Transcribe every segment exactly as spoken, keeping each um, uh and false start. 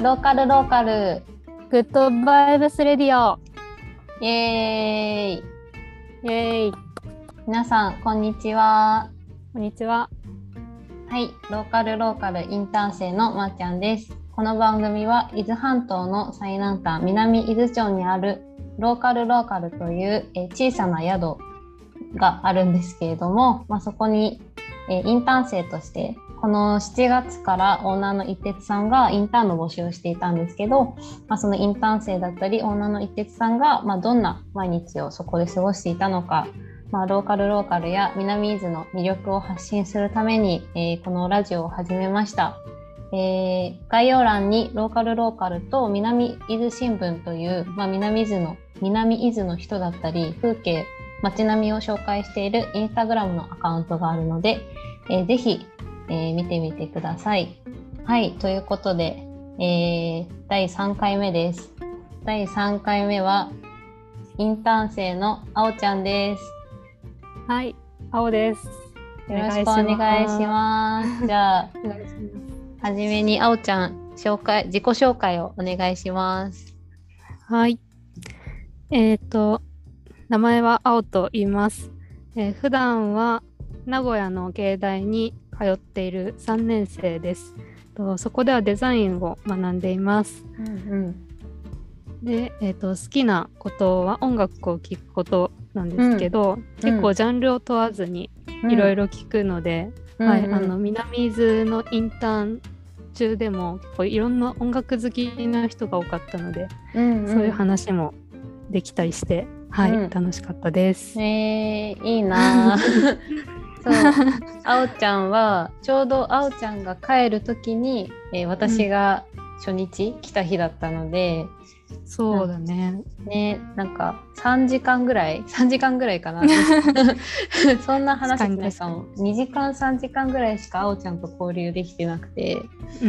ローカルローカルグッドバイブスレディオ。 イエーイ。 イエーイ。 皆さんこんにちは。 こんにちは。 はい、ローカルローカルインターン生のまーちゃんです。この番組は伊豆半島の最南端南伊豆町にあるローカルローカルというえ小さな宿があるんですけれども、まあ、そこにえインターン生としてこのしちがつからオーナーの一徹さんがインターンの募集をしていたんですけど、まあ、そのインターン生だったりオーナーの一徹さんが、まあ、どんな毎日をそこで過ごしていたのか、まあ、ローカルローカルや南伊豆の魅力を発信するために、えー、このラジオを始めました。えー、概要欄にローカルローカルと南伊豆新聞という、まあ、南伊豆の南伊豆の人だったり風景街並みを紹介しているインスタグラムのアカウントがあるので、えー、ぜひ、えー、見てみてください。はい、ということで、えー、だいさんかいめです。だいさんかいめはインターン生のあおちゃんです。 はい、あおです。 よろしくお願いします。じゃあ、はじめにあおちゃん紹介自己紹介をお願いします。 はい。えっと名前はあおと言います。えー、普段は名古屋の芸大に通っているさんねん生です。とそこではデザインを学んでいます。 うんうん、 で、えーと、好きなことは音楽を聴くことなんですけど、うん、結構ジャンルを問わずにいろいろ聴くので、うんはいうん、あの南伊豆のインターン中でも結構いろんな音楽好きな人が多かったので、うんうん、そういう話もできたりしてはい、うん、楽しかったです。 えー、いいなそうあおちゃんはちょうどあおちゃんが帰る時に、えー、私が初日来た日だったので、 うん、そうだねね、なんかさんじかんぐらいさんじかんぐらいかなそんな話しないかも。にじかんさんじかんぐらいしかあおちゃんと交流できてなくて、 うん、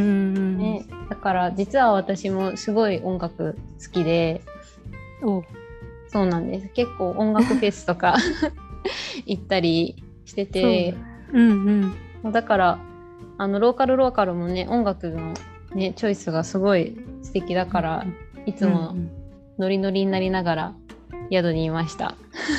ね、だから実は私もすごい音楽好きで、 おそうなんです。結構音楽フェスとか行ったりしてて、 う、うんうん、だからあのローカルローカルもね音楽の、ね、チョイスがすごい素敵だから、うん、いつもノリノリになりながら宿にいました。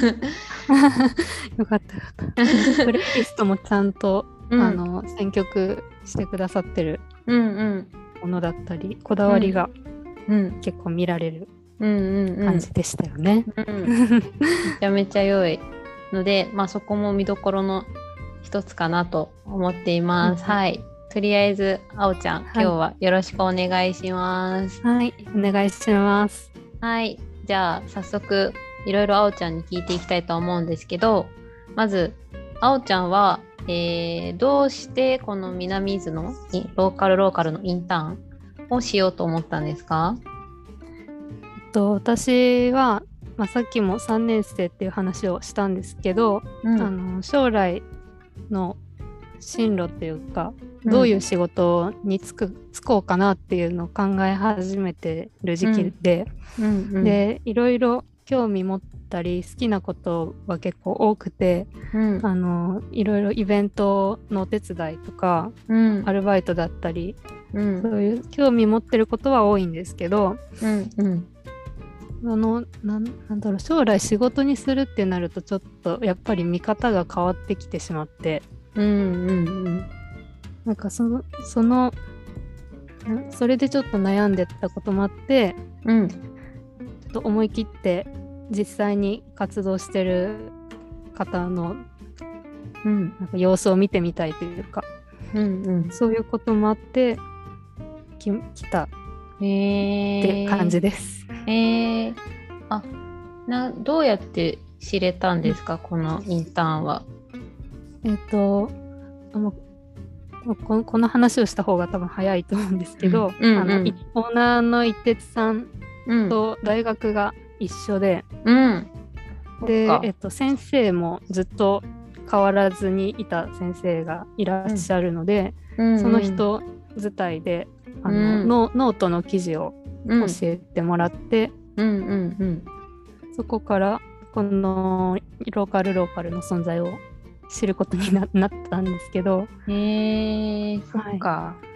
よかったよかった。プレイリストもちゃんと、うん、あの選曲してくださってるものだったり、うんうん、こだわりが結構見られる感じでしたよね。 うんうんうん、めちゃめちゃ良いので、まあ、そこも見どころの一つかなと思っています。うん、はい。とりあえずあおちゃん、はい、今日はよろしくお願いします。 はい、お願いします。 はい。じゃあ早速いろいろあおちゃんに聞いていきたいと思うんですけど、まずあおちゃんは、えー、どうしてこの南伊豆のローカルローカルのインターンをしようと思ったんですか？ と私は、まあ、さっきもさんねん生っていう話をしたんですけど、うん、あの将来の進路っていうか、うん、どういう仕事に就く、就こうかなっていうのを考え始めてる時期で、うんうんうん、でいろいろ興味持ったり好きなことは結構多くて、うん、あのいろいろイベントのお手伝いとか、うん、アルバイトだったり、うん、そういう興味持ってることは多いんですけど、うんうんあのな ん, なんだろう将来仕事にするってなるとちょっとやっぱり見方が変わってきてしまって、うんうんうん、なんかそのそのそれでちょっと悩んでたこともあって、うん、ちょっと思い切って実際に活動してる方の、うん、なんか様子を見てみたいというか、うんうん、そういうこともあってき来たって感じです。 えー、あなどうやって知れたんですか、うん、このインターンは。 えっともうこ, この話をした方が多分早いと思うんですけど、うんうんうん、あのオーナーの一徹さんと大学が一緒で、うん、で、えっと、先生もずっと変わらずにいた先生がいらっしゃるので、うんうんうん、その人伝いであの、うん、ノ, ノートの記事を教えてもらって、うんうんうんうん、そこからこのローカルローカルの存在を知ることに な, なったんですけど。 へー、そっか。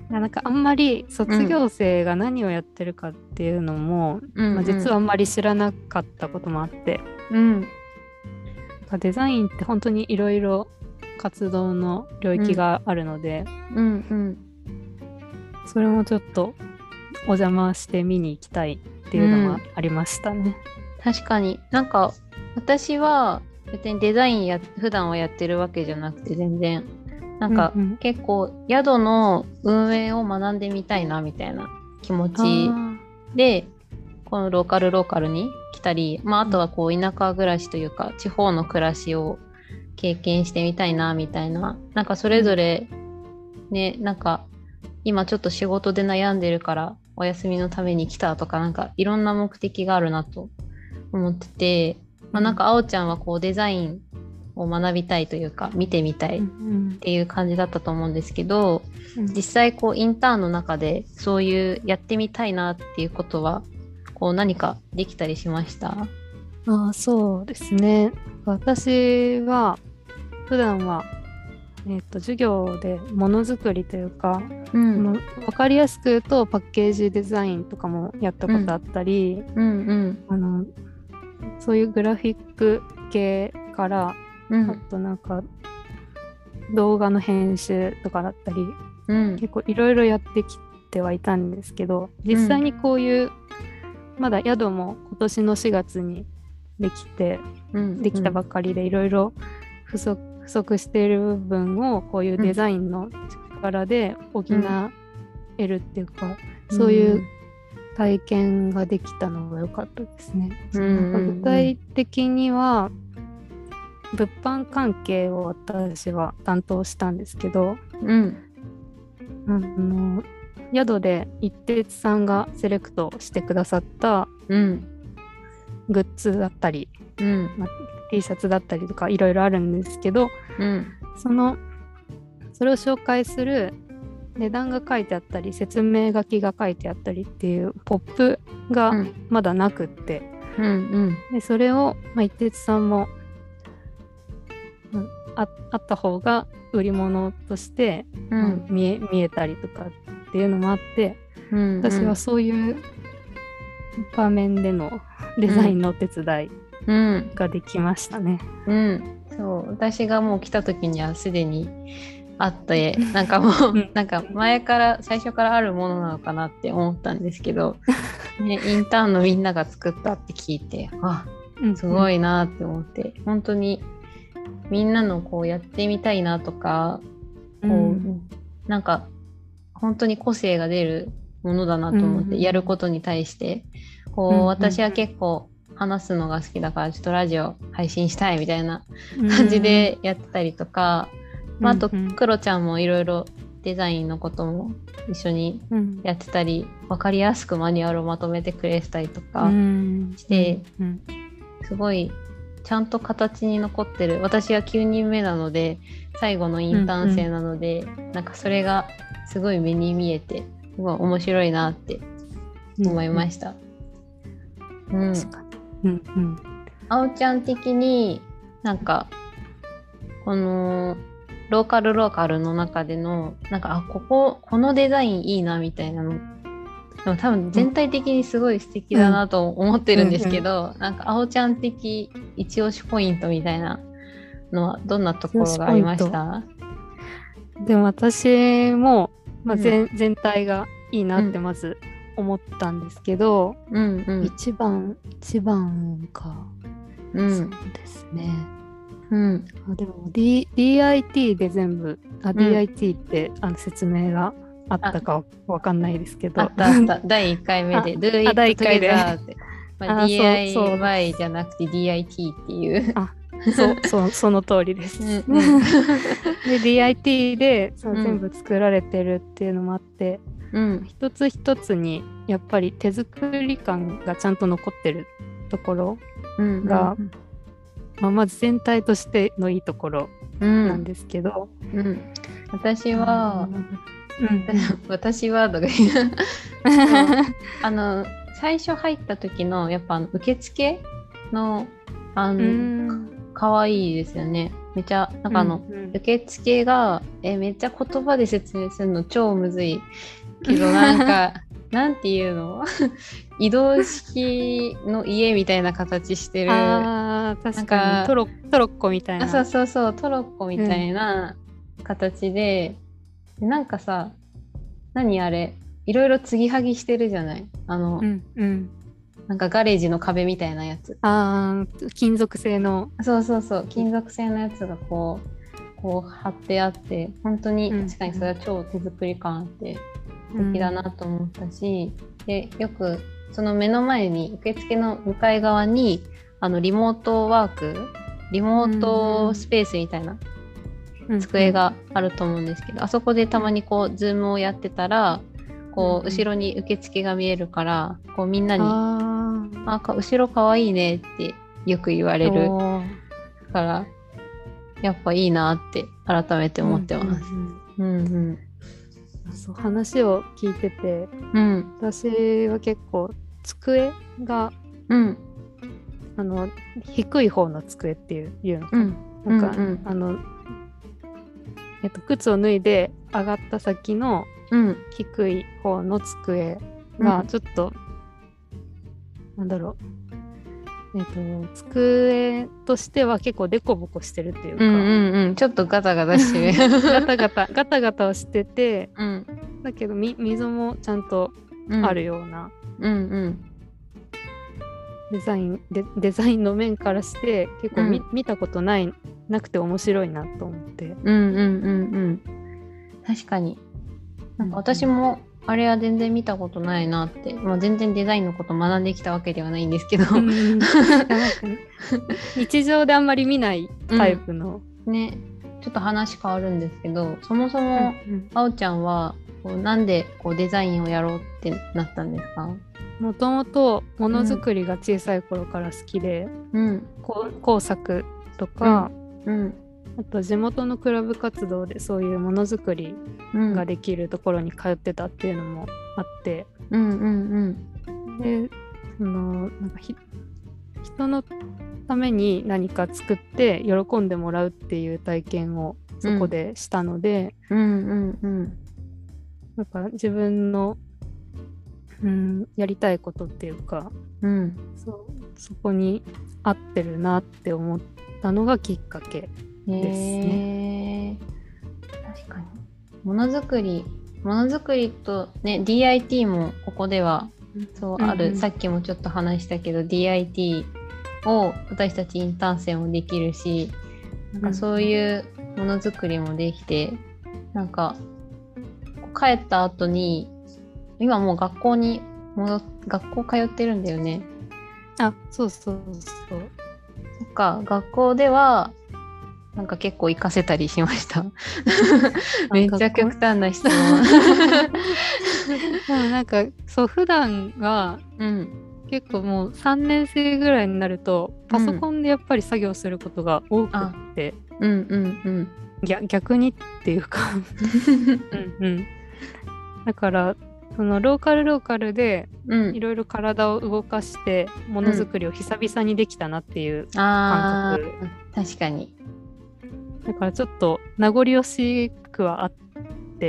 なんかあんまり卒業生が何をやってるかっていうのも、 うんまあ、実はあんまり知らなかったこともあって、 うん、 デザインって本当にいろいろ活動の領域があるので、 うんうん、 それもちょっとお邪魔して見に行きたいっていうのがありましたね。 うん、確かになんか私は別にデザインや普段はやってるわけじゃなくて全然なんか、うんうん、結構宿の運営を学んでみたいなみたいな気持ちでこのローカルローカルに来たり、まあ、あとはこう田舎暮らしというか、うん、地方の暮らしを経験してみたいなみたいななんかそれぞれね、うん、なんか今ちょっと仕事で悩んでるからお休みのために来たとかなんかいろんな目的があるなと思ってて、まあ、なんかあおちゃんはこうデザインを学びたいというか見てみたいっていう感じだったと思うんですけど、うん、実際こうインターンの中でそういうやってみたいなっていうことはこう何かできたりしました？ あ、そうですね。私は普段は、えーと、授業でものづくりというか、うん、分かりやすく言うとパッケージデザインとかもやったことあったり、うんうんうん、あのそういうグラフィック系から、うん、あとなんか動画の編集とかだったり、うん、結構いろいろやってきてはいたんですけど、実際にこういう、うん、まだ宿も今年のしがつにできて、うん、できたばっかりでいろいろ不足、不足している部分をこういうデザインの力で補えるっていうか、うん、そういう体験ができたのが良かったですね。うん、なんか具体的には物販関係を私は担当したんですけど、うん、あの宿で一徹さんがセレクトしてくださった、うん、グッズだったり、うんまあ、T シャツだったりとかいろいろあるんですけど、うん、そのそれを紹介する値段が書いてあったり説明書きが書いてあったりっていうポップがまだなくって、うんうん、でそれを、まあ、一徹さんも、うん、あ, あった方が売り物として、うんうん、見え、見えたりとかっていうのもあって、うんうん、私はそういう場面でのデザインのお手伝いができましたね。 うん、うん、そう私がもう来た時にはすでにあってなんかもうなんか前から最初からあるものなのかなって思ったんですけど、ね、インターンのみんなが作ったって聞いてあすごいなって思って、うん、本当にみんなのこうやってみたいなとかこう、うん、なんか本当に個性が出るものだなと思って、うん、やることに対してこう、うん、私は結構話すのが好きだからちょっとラジオ配信したいみたいな感じでやってたりとか、うんまあ、あとクロちゃんもいろいろデザインのことも一緒にやってたり、うん、分かりやすくマニュアルをまとめてくれてたりとかして、うんうん、すごいちゃんと形に残ってる。私はきゅうにんめなので最後のインターン生なので、うんうん、なんかそれがすごい目に見えてすごい面白いなって思いました。うんうん、確かに、うんうん、あおちゃん的になんかこのローカルローカルの中でのなんかあこここのデザインいいなみたいなのでも多分全体的にすごい素敵だなと思ってるんですけど、うんうんうん、なんかあおちゃん的一押しポイントみたいなのはどんなところがありました？ でも私も、まあ 全, うん、全体がいいなってまず思ったんですけど、うんうん、一番一番か、うん、そうですね。うん、あでも、D、ディーアイティー で全部あ、うん、ディーアイティー ってあの説明があったかわかんないですけど、 あったあっただいいっかいめで Do It Together って、まあ、ディーアイワイ じゃなくて ディーアイティー っていうあそうそうその通りです。うん、うん、で ディーアイティー でその全部作られてるっていうのもあって、うん、一つ一つにやっぱり手作り感がちゃんと残ってるところが、うんうんうんまあ、まず全体としてのいいところなんですけど、うんうん、 私は、うん、私はとかあの最初入った時のやっぱ受付のあの可愛いですよね。 めちゃなんかあの、うんうん、受付がえめっちゃ言葉で説明するの超むずいけどなんかなんていうの移動式の家みたいな形してる。 あー確かにトロトロッコみたいな。 あそうそうそうトロッコみたいな形で、うん、なんかさ何あれいろいろ継ぎはぎしてるじゃない。あの、 うんうん、 なんかガレージの壁みたいなやつ。 あ金属製の。 そうそうそう金属製のやつがこうこう貼ってあって本当に確かにそれは超手作り感あって素敵だなと思ったし、うん、でよくその目の前に受付の向かい側にあのリモートワークリモートスペースみたいな机があると思うんですけど、うんうん、あそこでたまにこうズームをやってたらこう後ろに受付が見えるからこうみんなにああ後ろかわいいねってよく言われるからやっぱいいなって改めて思ってます。うんうんうんうんそう話を聞いてて、 うん、 私は結構机が、 うん、 あの低い方の机っていういうのかな、うん、なんか、うんうん、あのえっと靴を脱いで上がった先の低い方の机がちょっと、うん、なんだろうえっと机としては結構デコボコしてるっていうか、 うんうんうん、ちょっとガタガタしてるガタガタガタガタはしてて、うん、だけどみ溝もちゃんとあるような、 うんうんうん、 デザインでデザインの面からして結構 見,、うん、見たことないなくて面白いなと思って。 うんうんうんうん確かになんか私もあれは全然見たことないなって、まあ、全然デザインのこと学んできたわけではないんですけど、うん、 日常であんまり見ないタイプの、 うん、ねちょっと話変わるんですけどそもそも、うんうん、あおちゃんはこうなんでこうデザインをやろうってなったんですか？ もともとものづくりが小さい頃から好きで、うん、工作とか、うんうん、あと地元のクラブ活動でそういうものづくりができるところに通ってたっていうのもあって、うんうんうん、でそのなんかひ人のために何か作って喜んでもらうっていう体験をそこでしたので、うんうんうんうん、なんか自分の、うん、やりたいことっていうか、うん、そ, そこに合ってるなって思ったのがきっかけですね。 確かにものづくりものづくりとね ディーアイティー もここではそうある、うんうん、さっきもちょっと話したけど ディーアイティー を私たちインターン生もできるしなんかそういうものづくりもできて、うん、なんか帰った後に今もう学校に戻学校通ってるんだよね。 あ、そうそうそう。 そっか学校ではなんか結構活かせたりしましためっちゃ極端な質問でもなんかそう普段は、うん、結構もうさんねん生ぐらいになるとパソコンでやっぱり作業することが多くって、うんうんうん、逆, 逆にっていうかうん、うん、だからそのローカルローカルでいろいろ体を動かしてものづくりを久々にできたなっていう感覚、 うん、あ確かにだからちょっと名残惜しくはあって、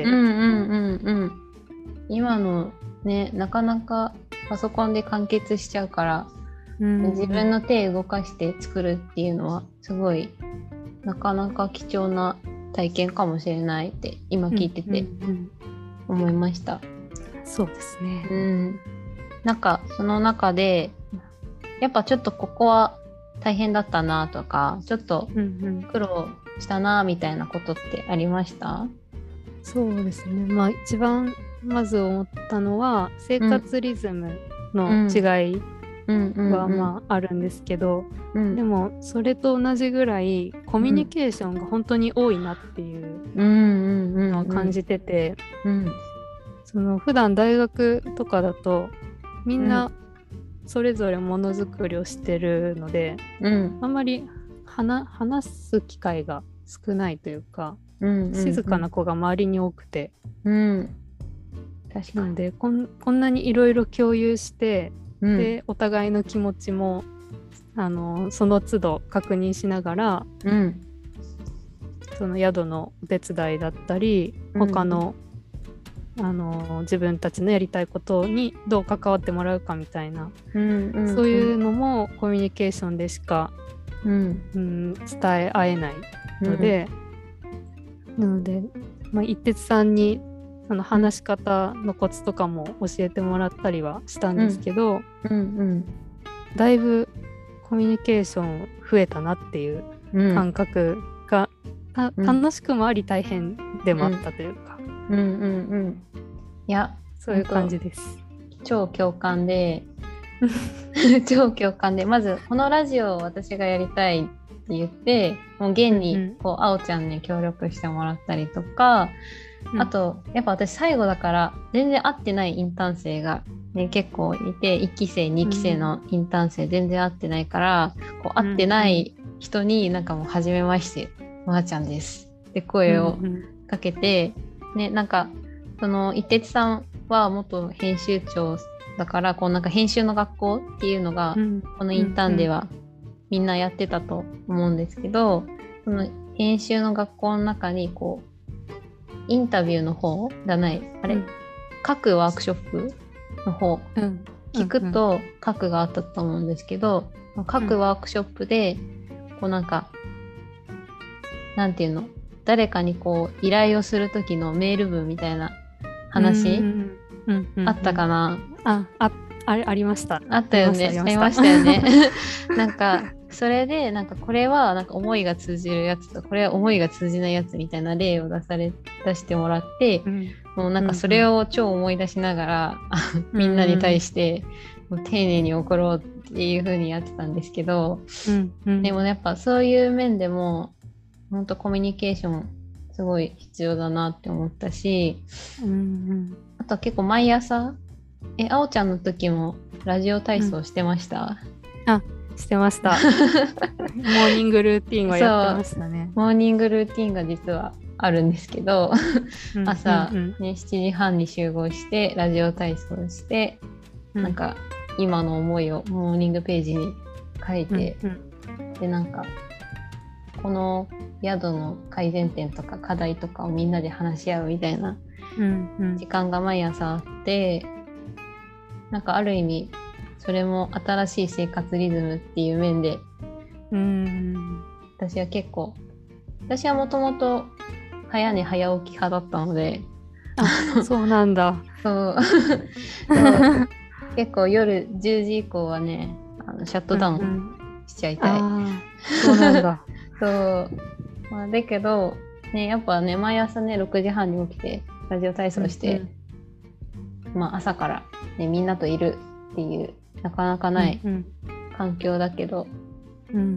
うんうんうんうん、今のねなかなかパソコンで完結しちゃうから、うんうん、自分の手動かして作るっていうのはすごいなかなか貴重な体験かもしれないって今聞いてて思いました、うんうんうん、そうですね、 うん、なんかその中でやっぱちょっとここは大変だったなとかちょっと苦労したなみたいなことってありました？ そうですね、まあ一番まず思ったのは生活リズムの違いはまああるんですけど、うんうんうん、でもそれと同じぐらいコミュニケーションが本当に多いなっていうのを感じてて、その普段大学とかだとみんなそれぞれものづくりをしてるので、うん、あんまり話, 話す機会が少ないというか、うんうんうん、静かな子が周りに多くて、うん、確かにで こ, んこんなにいろいろ共有して、うん、でお互いの気持ちもあのその都度確認しながら、うん、 その宿のお手伝いだったり他の、うん、あの自分たちのやりたいことにどう関わってもらうかみたいな、うんうんうん、そういうのもコミュニケーションでしか、うんうん、伝え合えないので、うん、なので、まあ、一徹さんにその話し方のコツとかも教えてもらったりはしたんですけど、うんうんうん、だいぶコミュニケーション増えたなっていう感覚が、うん、楽しくもあり大変でもあったというか、うんうんうん、 いやそういう感じです。 超共感で超共感で、まずこのラジオを私がやりたいって言ってもう現にこう、うんうん、あおちゃんに協力してもらったりとか、うん、あとやっぱ私最後だから全然会ってないインターン生が、ね、結構いていっき生にき生のインターン生全然会ってないから、うん、こう会ってない人になんかもう初めましてまーちゃんですって声をかけて、うんうん、ね、なんかそのいてつさんは元編集長だからこうなんか編集の学校っていうのがこのインターンではみんなやってたと思うんですけど、その編集の学校の中にこうインタビューの方じゃないあれ、うん、書くワークショップの方、うん、聞くと書くがあったと思うんですけど、書くワークショップでこうなんかなんていうの、誰かにこう依頼をする時のメール文みたいな話、うんうんうん、あったかな。 あああありました。 あったよね。ありましたよね。なんかそれでなんかこれはなんか思いが通じるやつとこれは思いが通じないやつみたいな例を出され出してもらって、うん、もうなんかそれを超思い出しながら、うん、みんなに対してもう丁寧に送ろうっていう風にやってたんですけど、うんうん、でもやっぱそういう面でも本当コミュニケーションすごい必要だなって思ったし、うんうん、あとは結構毎朝えあおちゃんの時もラジオ体操してました、 うん、あしてましたモーニングルーティンはやってましたね。 モーニングルーティンが実はあるんですけど朝、うんうんうんね、しちじはんに集合してラジオ体操して、うん、なんか今の思いをモーニングページに書いて、うんうん、でなんかこの宿の改善点とか課題とかをみんなで話し合うみたいな時間が毎朝あって、うんうん、なんかある意味それも新しい生活リズムっていう面で、うーん私は結構私はもともと早寝早起き派だったので、 あそうなんだそうそう結構夜じゅうじ以降はねあのシャットダウンしちゃいたい、うんうん、あそうなんだそう、まあ、だけど、ね、やっぱね毎朝ねろくじはんに起きてラジオ体操して、うんうんまあ、朝から、ね、みんなといるっていうなかなかない環境だけど、うんうん、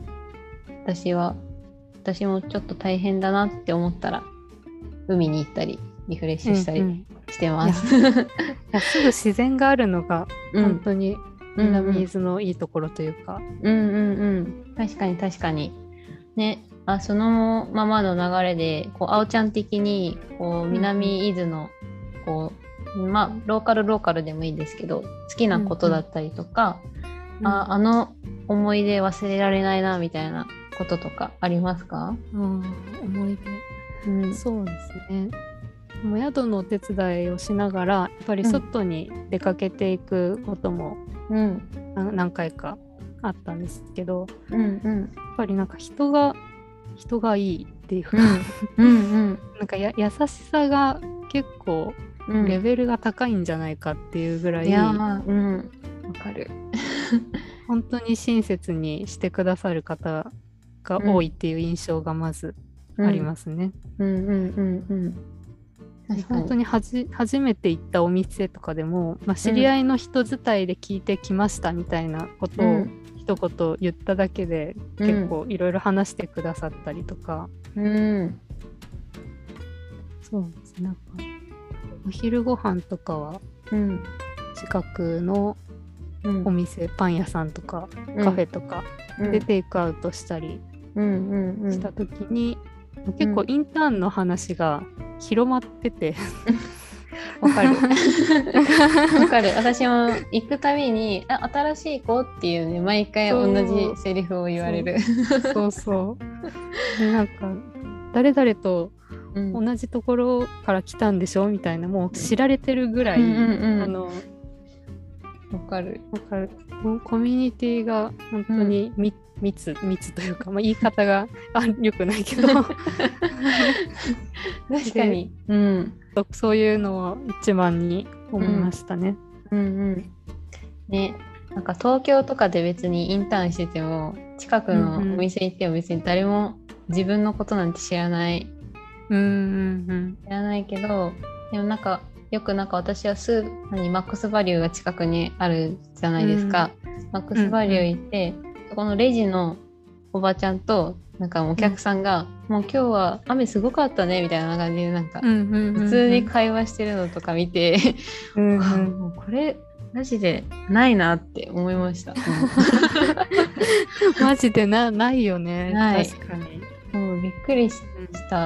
私は私もちょっと大変だなって思ったら海に行ったりリフレッシュしたりしてます、 うんうん、いやいやすぐ自然があるのが本当に南伊豆のいいところというか、 うんうんうん、確かに確かにね、あそのままの流れでこうあおちゃん的にこう南伊豆のこう、まあ、ローカルローカルでもいいんですけど好きなことだったりとか、うんうん、あ, あの思い出忘れられないなみたいなこととかありますか？ うん、思い出、うん、そうですね。もう宿のお手伝いをしながらやっぱり外に出かけていくことも何回かあったんですけど、うんうん、やっぱりなんか人が人がいいっていうか、うんうんうん、なんかや優しさが結構レベルが高いんじゃないかっていうぐらい、うん、いやー、うん、わかる本当に親切にしてくださる方が多いっていう印象がまずありますね。うんうんうんうん本当にはじ初めて行ったお店とかでも、まあ、知り合いの人伝いで聞いてきましたみたいなことを一言言っただけで、うん、結構いろいろ話してくださったりとか、うん、そうですね。なんかお昼ご飯とかは近くのお店、うん、パン屋さんとかカフェとかでテイクアウトしたりした時に、うんうんうん、結構インターンの話が広まっててわかるわかる。私も行くたびにあ新しい子っていうね毎回同じセリフを言われる。 そうそうそうでなんか誰々とうん同じところから来たんでしょみたいな、もう知られてるぐらい、 うんうんうん、 あのわかる。 わかる。もうコミュニティが本当にみ、うん、密密というか、まあ、言い方があよくないけど確かに、うん、 そういうのを一番に思いましたね。 うん、うんうんね、なんか東京とかで別にインターンしてても近くのお店行っても別に誰も自分のことなんて知らない、 うんうんうん、 知らないけど、でもなんかよくなんか私はスー何マックスバリューが近くにあるじゃないですか、うん、マックスバリュー行って、うんうん、そこのレジのおばちゃんとなんかお客さんが、うん、もう今日は雨すごかったねみたいな感じでなんか普通に会話してるのとか見て、うんうん、もうこれマジでないなって思いました。 マジで な, ないよね。 ない確かに。 もうびっくりした、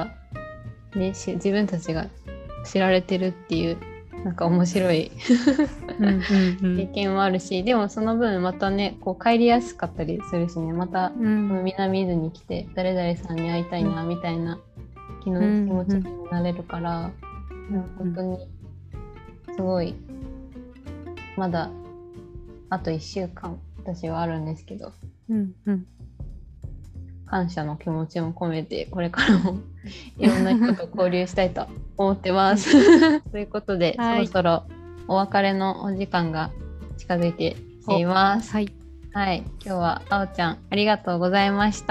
ね、し自分たちが知られてるっていうなんか面白いうんうん、うん、経験もあるし、でもその分またねこう帰りやすかったりするしね、また、うん、南伊豆に来て誰々さんに会いたいなみたいな気の気持ちになれるから、うんうん、本当にすごいまだあといっしゅうかん私はあるんですけど、 うんうん、 感謝の気持ちも込めてこれからもいろんな人と交流したいと思ってますということで、はい、そろそろお別れのお時間が近づいてきています。はい、はい、今日はあおちゃんありがとうございました。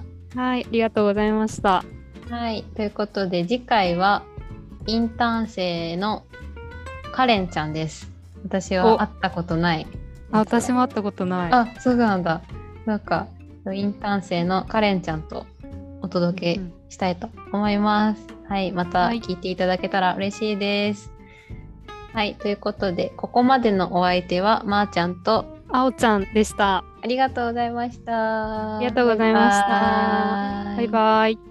はい、ありがとうございました。 はい、ということで次回はインターン生のカレンちゃんです。私は会ったことない。 あ、私も会ったことない。 あ、そうなんだ。なんかインターン生のカレンちゃんとお届けしたいと思います。うん、はい、また聞いていただけたら嬉しいです。はい、ということでここまでのお相手はまーちゃんとあおちゃんでした。 ありがとうございました。 ありがとうございました。バイバイ。